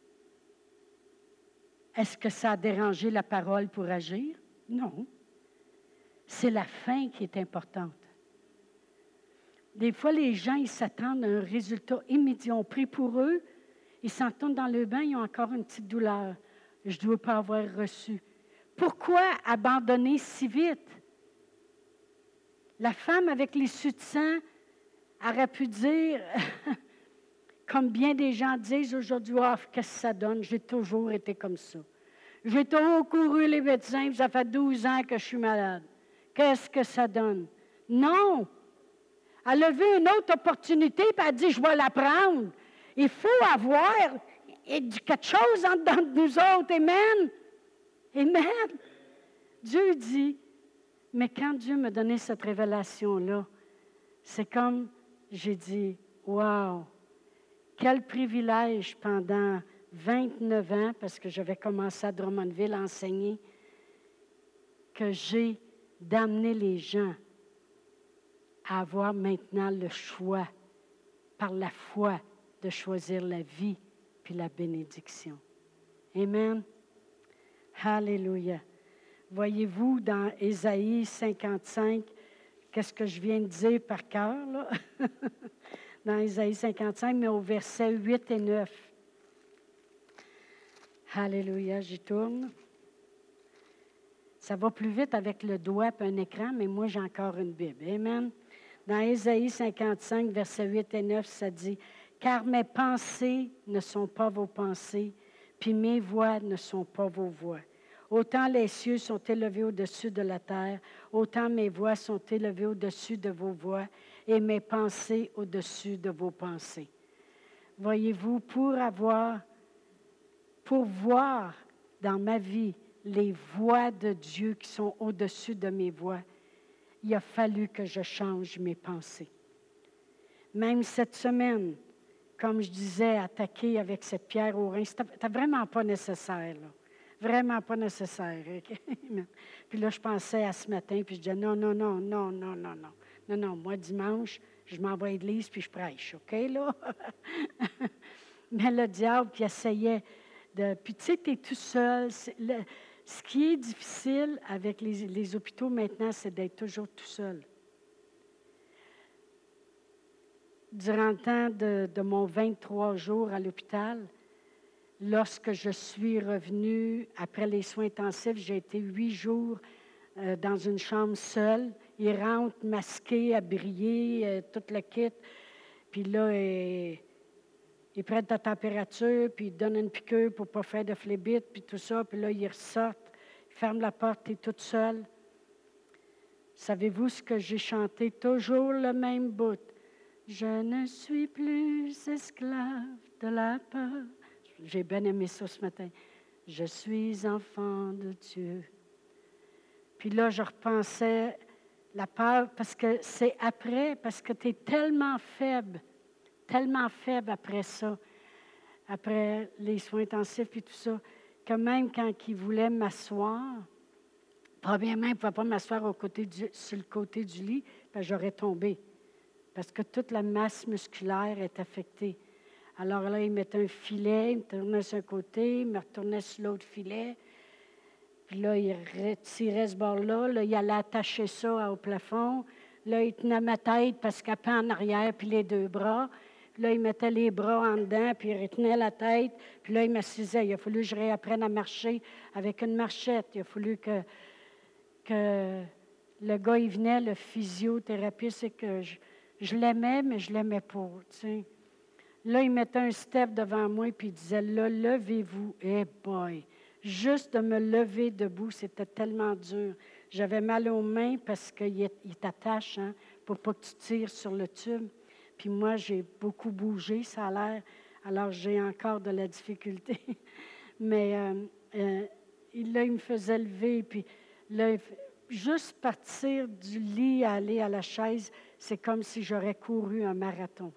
Est-ce que ça a dérangé la parole pour agir? Non. C'est la fin qui est importante. Des fois, les gens, ils s'attendent à un résultat immédiat. On prie pour eux, ils s'en tournent dans le bain, ils ont encore une petite douleur. Je ne dois pas avoir reçu. Pourquoi abandonner si vite? La femme avec l'issue de sang aurait pu dire, comme bien des gens disent aujourd'hui, « Ah, qu'est-ce que ça donne? J'ai toujours été comme ça. J'ai toujours couru les médecins, puis ça fait 12 ans que je suis malade. Qu'est-ce que ça donne? » Non! Elle a vu une autre opportunité, puis elle a dit, « Je vais la prendre. » Il faut avoir quelque chose en dedans de nous autres. Amen! Amen! Dieu dit, mais quand Dieu m'a donné cette révélation-là, c'est comme j'ai dit, « Wow! Quel privilège pendant 29 ans, parce que j'avais commencé à Drummondville à enseigner, que j'ai d'amener les gens à avoir maintenant le choix, par la foi, de choisir la vie puis la bénédiction. » Amen. Alléluia. Voyez-vous, dans Ésaïe 55, qu'est-ce que je viens de dire par cœur, là? Dans Ésaïe 55, mais au verset 8 et 9. Alléluia, j'y tourne. Ça va plus vite avec le doigt et un écran, mais moi, j'ai encore une Bible. Amen. Dans Ésaïe 55, versets 8 et 9, ça dit, « Car mes pensées ne sont pas vos pensées, puis mes voix ne sont pas vos voix. Autant les cieux sont élevés au-dessus de la terre, autant mes voix sont élevées au-dessus de vos voix et mes pensées au-dessus de vos pensées. » Voyez-vous, pour voir dans ma vie les voix de Dieu qui sont au-dessus de mes voix, il a fallu que je change mes pensées. Même cette semaine, comme je disais, attaquer avec cette pierre au rein, c'était vraiment pas nécessaire, là. Vraiment pas nécessaire. Puis là, je pensais à ce matin, puis je disais, non. Non, moi, dimanche, je m'en vais à l'église, puis je prêche, OK, là? Mais le diable, qui essayait de... Puis tu sais, tu es tout seul. Ce qui est difficile avec les hôpitaux maintenant, c'est d'être toujours tout seul. Durant le temps de mon 23 jours à l'hôpital, lorsque je suis revenue après les soins intensifs, j'ai été 8 jours dans une chambre seule. Ils rentrent masqués, à briller, tout le kit. Puis là, ils prennent ta température, puis ils donnent une piqûre pour ne pas faire de phlébite, puis tout ça. Puis là, ils ressortent, ils ferment la porte, tu es toute seule. Savez-vous ce que j'ai chanté? Toujours le même bout. Je ne suis plus esclave de la peur. J'ai bien aimé ça ce matin. Je suis enfant de Dieu. Puis là, je repensais la peur, parce que c'est après, parce que tu es tellement faible après ça, après les soins intensifs et tout ça, que même quand il voulait m'asseoir, premièrement, il ne pouvait pas m'asseoir sur le côté du lit, parce que j'aurais tombé, parce que toute la masse musculaire est affectée. Alors là, il mettait un filet, il me tournait sur un côté, il me retournait sur l'autre filet. Puis là, il retirait ce bord-là. Là, il allait attacher ça au plafond. Là, il tenait ma tête parce qu'il pas en arrière, puis les 2 bras. Puis là, il mettait les bras en dedans, puis il retenait la tête. Puis là, il m'assisait. Il a fallu que je réapprenne à marcher avec une marchette. Il a fallu que le gars, il venait, le physiothérapeute, c'est que je l'aimais, mais je l'aimais pas, tu sais. Là, il mettait un step devant moi, puis il disait, là, levez-vous. Eh boy! Juste de me lever debout, c'était tellement dur. J'avais mal aux mains parce qu'il t'attache, hein, pour pas que tu tires sur le tube. Puis moi, j'ai beaucoup bougé, ça a l'air. Alors, j'ai encore de la difficulté. Mais là, il me faisait lever, puis là, juste partir du lit à aller à la chaise, c'est comme si j'aurais couru un marathon.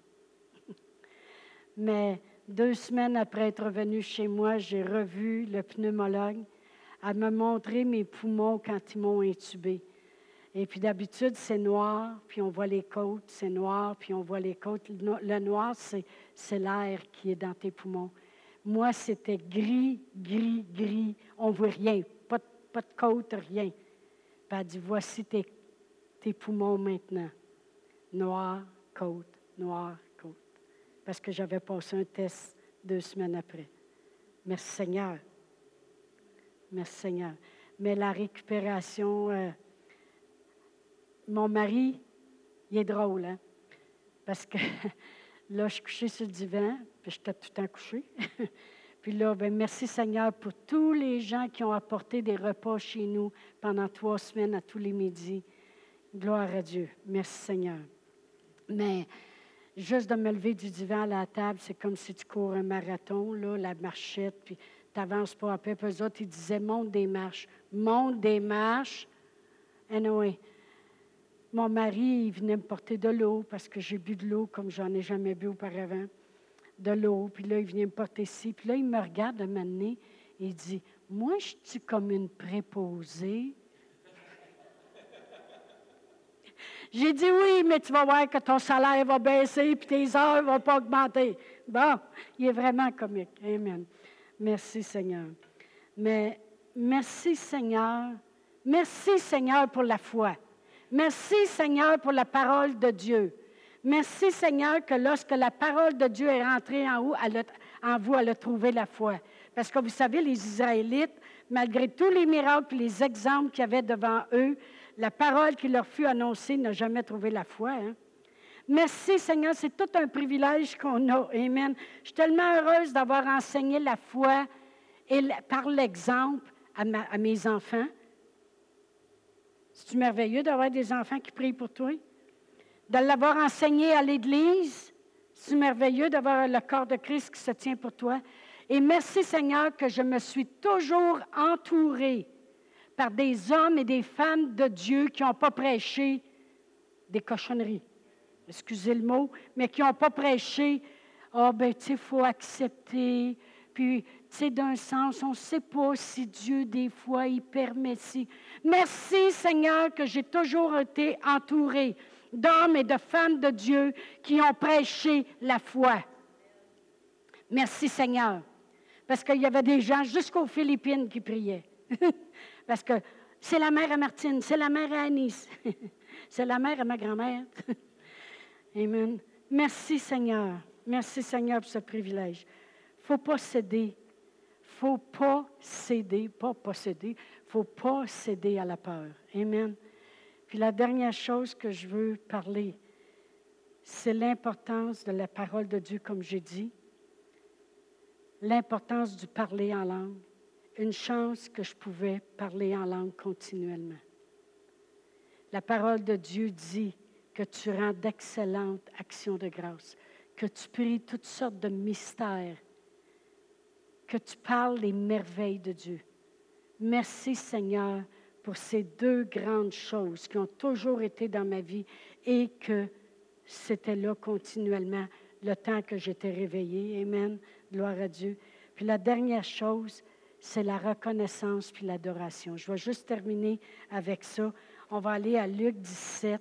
Mais 2 semaines après être revenue chez moi, j'ai revu le pneumologue. Elle m'a montré mes poumons quand ils m'ont intubé. Et puis d'habitude, c'est noir, puis on voit les côtes, c'est noir, puis on voit les côtes. Le noir, c'est l'air qui est dans tes poumons. Moi, c'était gris, gris, gris. On ne voit rien, pas de côte, rien. Puis elle dit, voici tes poumons maintenant. Noir, côte, noir, côte. Parce que j'avais passé un test 2 semaines après. Merci Seigneur. Merci Seigneur. Mais la récupération, mon mari, il est drôle, hein? Parce que là, je suis couchée sur le divan, puis j'étais tout le temps couchée. Puis là, bien, merci Seigneur pour tous les gens qui ont apporté des repas chez nous pendant 3 semaines à tous les midis. Gloire à Dieu. Merci Seigneur. Mais juste de me lever du divan à la table, c'est comme si tu cours un marathon, là, la marchette, puis tu n'avances pas à peu. Puis eux autres, ils disaient, monte des marches. Monte des marches. Anyway, mon mari, il venait me porter de l'eau parce que j'ai bu de l'eau comme j'en ai jamais bu auparavant. De l'eau, puis là, il venait me porter ici. Puis là, il me regarde de m'amener et il dit, moi, je suis comme une préposée. J'ai dit oui, mais tu vas voir que ton salaire va baisser puis tes heures ne vont pas augmenter. Bon, il est vraiment comique. Amen. Merci Seigneur. Mais merci Seigneur. Merci Seigneur pour la foi. Merci Seigneur pour la parole de Dieu. Merci Seigneur que lorsque la parole de Dieu est rentrée en vous, elle a trouvé la foi. Parce que vous savez, les Israélites, malgré tous les miracles et les exemples qu'il y avait devant eux, la parole qui leur fut annoncée n'a jamais trouvé la foi. Hein? Merci Seigneur, c'est tout un privilège qu'on a. Amen. Je suis tellement heureuse d'avoir enseigné la foi par l'exemple à mes enfants. C'est-tu merveilleux d'avoir des enfants qui prient pour toi? De l'avoir enseigné à l'Église, c'est merveilleux d'avoir le corps de Christ qui se tient pour toi. Et merci Seigneur que je me suis toujours entourée par des hommes et des femmes de Dieu qui n'ont pas prêché des cochonneries. Excusez le mot, mais qui n'ont pas prêché « Ah, ben, tu sais, il faut accepter. » Puis, tu sais, d'un sens, on ne sait pas si Dieu, des fois, il permet si. Merci Seigneur que j'ai toujours été entourée d'hommes et de femmes de Dieu qui ont prêché la foi. Merci Seigneur. Parce qu'il y avait des gens jusqu'aux Philippines qui priaient. Parce que c'est la mère à Martine, c'est la mère à Anis, c'est la mère à ma grand-mère. Amen. Merci Seigneur. Merci Seigneur pour ce privilège. Il ne faut pas céder. Il ne faut pas céder, pas posséder. Il ne faut pas céder à la peur. Amen. Puis la dernière chose que je veux parler, c'est l'importance de la parole de Dieu, comme j'ai dit. L'importance du parler en langue. Une chance que je pouvais parler en langue continuellement. La parole de Dieu dit que tu rends d'excellentes actions de grâce, que tu pries toutes sortes de mystères, que tu parles les merveilles de Dieu. Merci Seigneur pour ces 2 grandes choses qui ont toujours été dans ma vie et que c'était là continuellement le temps que j'étais réveillée. Amen. Gloire à Dieu. Puis la dernière chose, c'est la reconnaissance puis l'adoration. Je vais juste terminer avec ça. On va aller à Luc 17.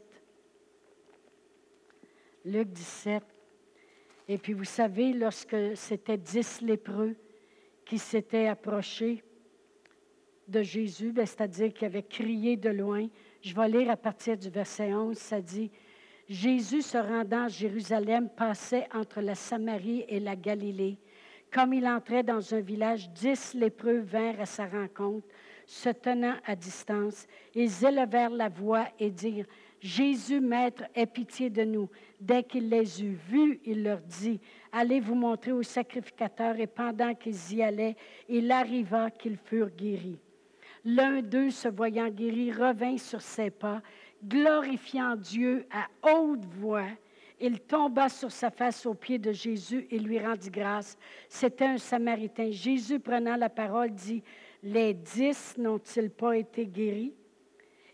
Luc 17. Et puis vous savez, lorsque c'était 10 lépreux qui s'étaient approchés de Jésus, c'est-à-dire qui avaient crié de loin, je vais lire à partir du verset 11, ça dit, « Jésus se rendant à Jérusalem passait entre la Samarie et la Galilée. Comme il entrait dans un village, 10 lépreux vinrent à sa rencontre, se tenant à distance. Ils élevèrent la voix et dirent, « Jésus, Maître, aie pitié de nous. » Dès qu'il les eut vus, il leur dit, « Allez vous montrer au sacrificateur. » Et pendant qu'ils y allaient, il arriva qu'ils furent guéris. L'un d'eux, se voyant guéri, revint sur ses pas, glorifiant Dieu à haute voix. Il tomba sur sa face aux pieds de Jésus et lui rendit grâce. C'était un Samaritain. Jésus, prenant la parole, dit, « Les 10 n'ont-ils pas été guéris?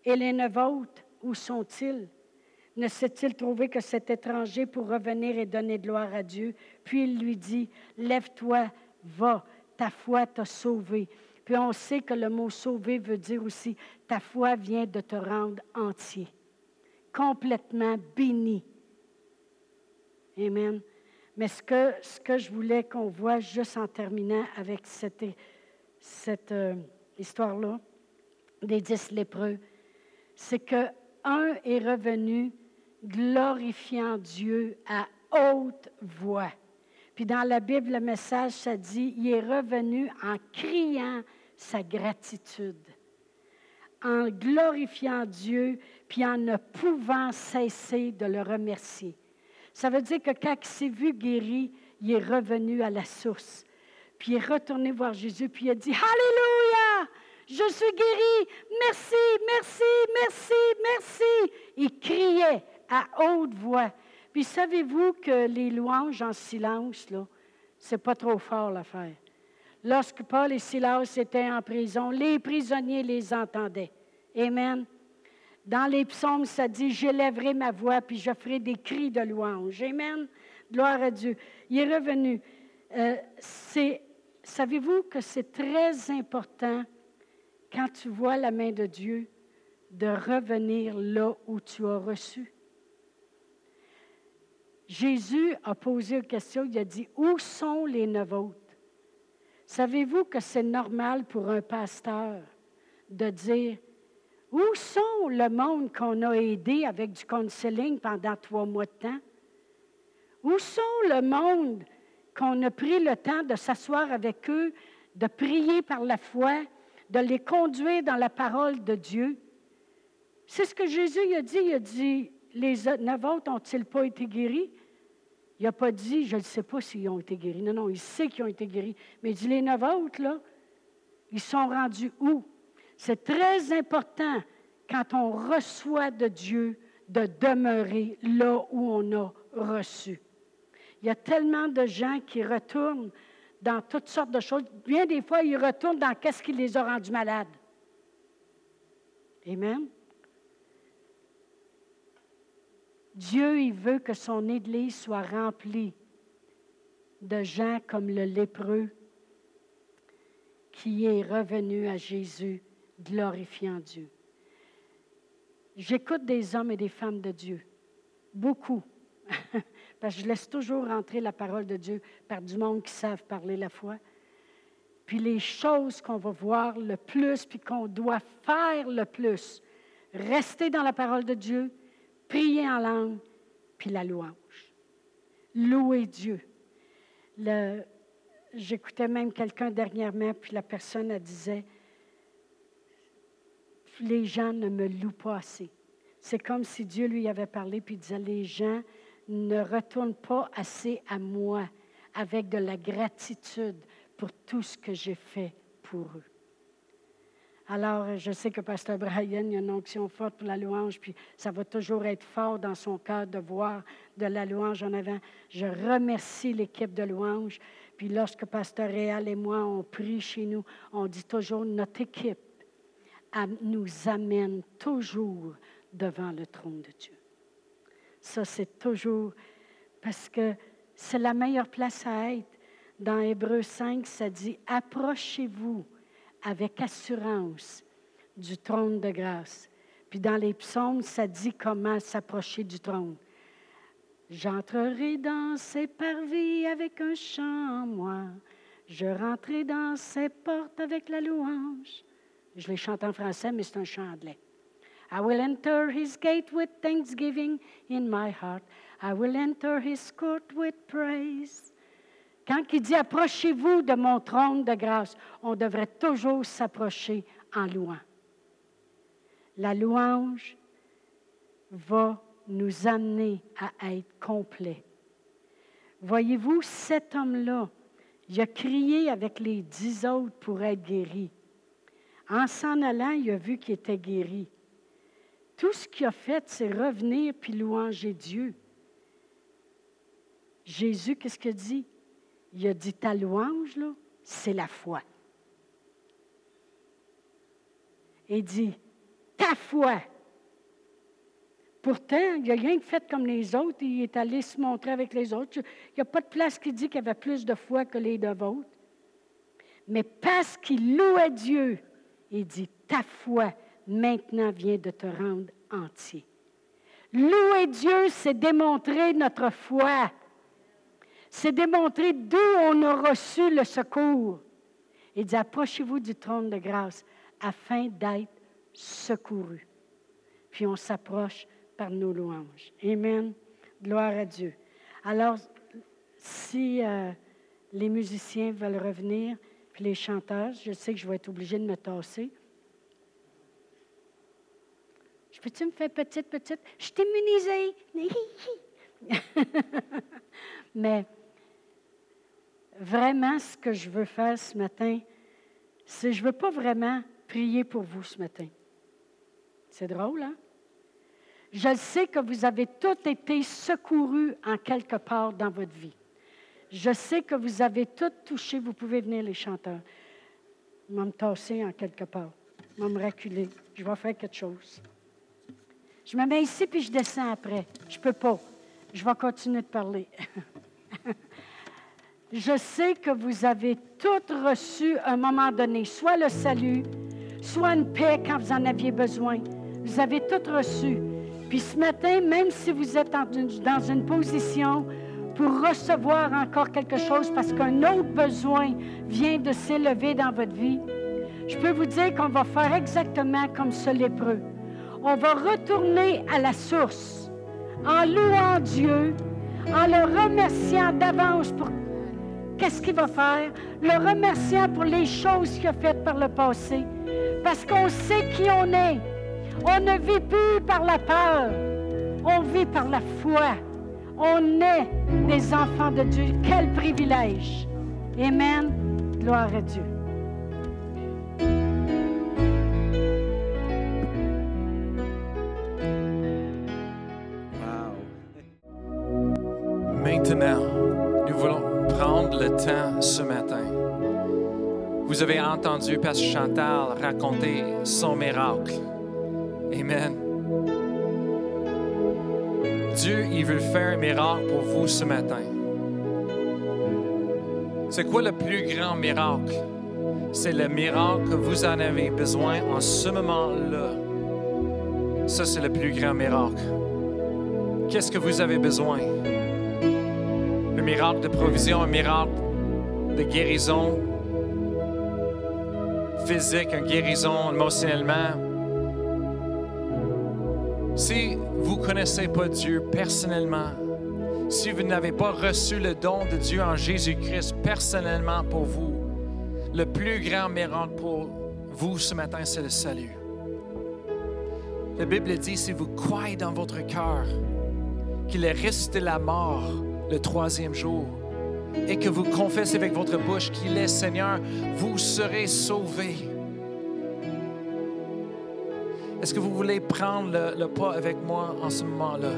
Et les 9 autres, où sont-ils? Ne s'est-il trouvé que cet étranger pour revenir et donner gloire à Dieu? Puis il lui dit, lève-toi, va, ta foi t'a sauvé. Puis on sait que le mot sauver veut dire aussi, ta foi vient de te rendre entier, complètement béni. Amen. Mais ce que je voulais qu'on voit juste en terminant avec cette histoire-là, des 10 lépreux, c'est qu'un est revenu glorifiant Dieu à haute voix. Puis dans la Bible, le message, ça dit, il est revenu en criant sa gratitude, en glorifiant Dieu, puis en ne pouvant cesser de le remercier. Ça veut dire que quand il s'est vu guéri, il est revenu à la source. Puis il est retourné voir Jésus, puis il a dit, Alléluia! Je suis guéri! Merci, merci, merci, merci! Il criait à haute voix. Puis savez-vous que les louanges en silence, là, c'est pas trop fort l'affaire. Lorsque Paul et Silas étaient en prison, les prisonniers les entendaient. Amen. Dans les psaumes, ça dit, j'élèverai ma voix, puis je ferai des cris de louange. Amen. Gloire à Dieu. Il est revenu. Savez-vous que c'est très important, quand tu vois la main de Dieu, de revenir là où tu as reçu? Jésus a posé une question, il a dit, où sont les 9 autres? Savez-vous que c'est normal pour un pasteur de dire, où sont le monde qu'on a aidé avec du counseling pendant 3 mois de temps? Où sont le monde qu'on a pris le temps de s'asseoir avec eux, de prier par la foi, de les conduire dans la parole de Dieu? C'est ce que Jésus a dit. Il a dit, les 9 autres ont-ils pas été guéris? Il n'a pas dit, je ne sais pas s'ils ont été guéris. Non, non, il sait qu'ils ont été guéris. Mais il dit, les 9 autres, là, ils sont rendus où? C'est très important, quand on reçoit de Dieu, de demeurer là où on a reçu. Il y a tellement de gens qui retournent dans toutes sortes de choses. Bien des fois, ils retournent dans qu'est-ce qui les a rendus malades. Amen. Dieu, il veut que son Église soit remplie de gens comme le lépreux qui est revenu à Jésus, glorifiant Dieu. J'écoute des hommes et des femmes de Dieu, beaucoup, parce que je laisse toujours rentrer la parole de Dieu par du monde qui savent parler la foi. Puis les choses qu'on va voir le plus, puis qu'on doit faire le plus, rester dans la parole de Dieu, prier en langue, puis la louange. Louer Dieu. J'écoutais même quelqu'un dernièrement, puis la personne, elle disait, les gens ne me louent pas assez. C'est comme si Dieu lui avait parlé, puis il disait, les gens ne retournent pas assez à moi avec de la gratitude pour tout ce que j'ai fait pour eux. Alors, je sais que Pasteur Brian, il y a une onction forte pour la louange, puis ça va toujours être fort dans son cœur de voir de la louange en avant. Je remercie l'équipe de louange. Puis lorsque Pasteur Réal et moi, on prie chez nous, on dit toujours, notre équipe nous amène toujours devant le trône de Dieu. Ça, c'est toujours, parce que c'est la meilleure place à être. Dans Hébreux 5, ça dit, approchez-vous avec assurance du trône de grâce. Puis dans les psaumes, ça dit comment s'approcher du trône. J'entrerai dans ses parvis avec un chant, moi. Je rentrerai dans ses portes avec la louange. Je les chante en français, mais c'est un chant anglais. I will enter his gate with thanksgiving in my heart. I will enter his court with praise. Quand il dit « Approchez-vous de mon trône de grâce », on devrait toujours s'approcher en louant. La louange va nous amener à être complets. Voyez-vous, cet homme-là, il a crié avec les 10 autres pour être guéri. En s'en allant, il a vu qu'il était guéri. Tout ce qu'il a fait, c'est revenir puis louanger Dieu. Jésus, qu'est-ce qu'il dit? Il a dit, ta louange, là, c'est la foi. Et il dit, ta foi. Pourtant, il n'a rien fait comme les autres. Il est allé se montrer avec les autres. Il n'y a pas de place qui dit qu'il avait plus de foi que les deux autres. Mais parce qu'il louait Dieu, il dit, ta foi maintenant vient de te rendre entier. Louer Dieu, c'est démontrer notre foi. C'est démontrer d'où on a reçu le secours. Il dit, approchez-vous du trône de grâce afin d'être secourus. Puis on s'approche par nos louanges. Amen. Gloire à Dieu. Alors, si les musiciens veulent revenir, puis les chanteurs, je sais que je vais être obligée de me tasser. Je peux-tu me faire petite? Je t'ai immunisée. Mais vraiment, ce que je veux faire ce matin, c'est je ne veux pas vraiment prier pour vous ce matin. C'est drôle, hein? Je sais que vous avez tous été secourus en quelque part dans votre vie. Je sais que vous avez tous touché. Vous pouvez venir, les chanteurs. Je vais me tasser en quelque part. Je vais me reculer. Je vais faire quelque chose. Je me mets ici, puis je descends après. Je ne peux pas. Je vais continuer de parler. Je sais que vous avez tous reçu à un moment donné, soit le salut, soit une paix quand vous en aviez besoin. Vous avez tous reçu. Puis ce matin, même si vous êtes dans une position pour recevoir encore quelque chose parce qu'un autre besoin vient de s'élever dans votre vie, je peux vous dire qu'on va faire exactement comme ce lépreux. On va retourner à la source en louant Dieu, en le remerciant d'avance pour qu'est-ce qu'il va faire, le remerciant pour les choses qu'il a faites par le passé, parce qu'on sait qui on est. On ne vit plus par la peur, on vit par la foi. On est des enfants de Dieu. Quel privilège! Amen. Gloire à Dieu. Wow. Maintenant, nous voulons prendre le temps ce matin. Vous avez entendu Pasteur Chantal raconter son miracle. Amen. Dieu, il veut faire un miracle pour vous ce matin. C'est quoi le plus grand miracle? C'est le miracle que vous en avez besoin en ce moment-là. Ça, c'est le plus grand miracle. Qu'est-ce que vous avez besoin? Un miracle de provision, un miracle de guérison physique, une guérison émotionnellement. Si vous ne connaissez pas Dieu personnellement, si vous n'avez pas reçu le don de Dieu en Jésus-Christ personnellement pour vous, le plus grand miracle pour vous ce matin, c'est le salut. La Bible dit, si vous croyez dans votre cœur qu'il est ressuscité de la mort le 3e jour et que vous confessez avec votre bouche qu'il est Seigneur, vous serez sauvés. Est-ce que vous voulez prendre le pas avec moi en ce moment-là?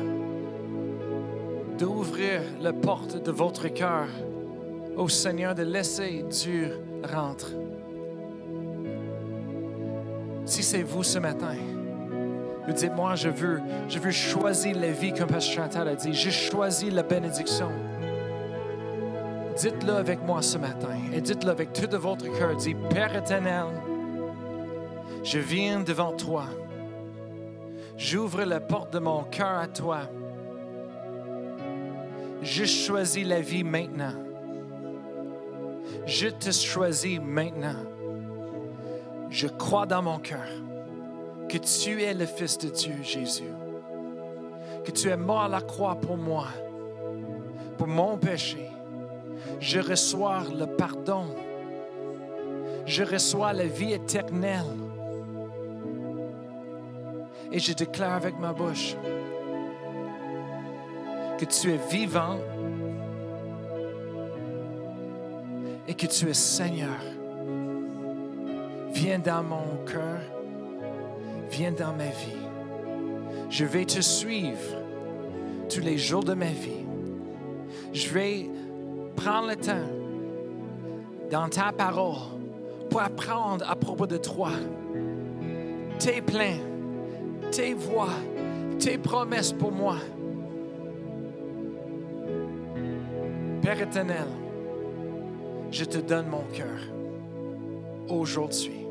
D'ouvrir la porte de votre cœur au Seigneur, de laisser Dieu rentrer. Si c'est vous ce matin, vous dites, moi, je veux choisir la vie comme Pasteur Chantal a dit. J'ai choisi la bénédiction. Dites-le avec moi ce matin et dites-le avec tout de votre cœur. Dites, Père éternel, je viens devant toi. J'ouvre la porte de mon cœur à toi. Je choisis la vie maintenant. Je te choisis maintenant. Je crois dans mon cœur que tu es le Fils de Dieu, Jésus. Que tu es mort à la croix pour moi, pour mon péché. Je reçois le pardon. Je reçois la vie éternelle. Et je déclare avec ma bouche que tu es vivant et que tu es Seigneur. Viens dans mon cœur, viens dans ma vie. Je vais te suivre tous les jours de ma vie. Je vais prendre le temps dans ta parole pour apprendre à propos de toi, tes plans, tes voies, tes promesses pour moi. Père éternel, je te donne mon cœur aujourd'hui.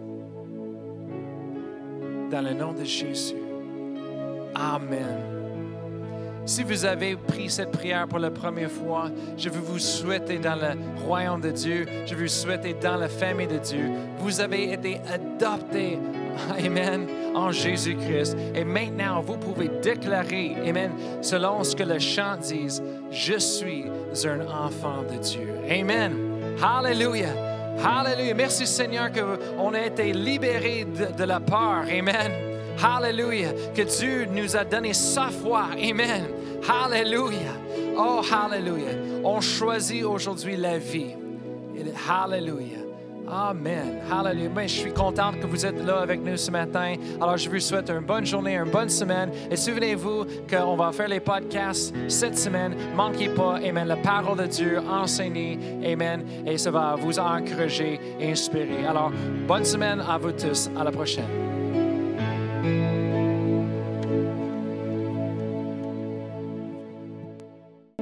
Dans le nom de Jésus. Amen. Si vous avez pris cette prière pour la première fois, je veux vous souhaiter dans le royaume de Dieu. Je veux vous souhaiter dans la famille de Dieu. Vous avez été adoptés, amen, en Jésus-Christ. Et maintenant, vous pouvez déclarer, amen, selon ce que le chant dit, je suis un enfant de Dieu. Amen. Hallelujah. Hallelujah. Merci Seigneur qu'on a été libérés de la peur. Amen. Hallelujah. Que Dieu nous a donné sa foi. Amen. Hallelujah. Oh, hallelujah. On choisit aujourd'hui la vie. Hallelujah. Amen. Hallelujah. Mais je suis contente que vous êtes là avec nous ce matin. Alors, je vous souhaite une bonne journée, une bonne semaine. Et souvenez-vous qu'on va faire les podcasts cette semaine. Manquez pas, amen, la parole de Dieu enseignée, amen. Et ça va vous encourager et inspirer. Alors, bonne semaine à vous tous. À la prochaine.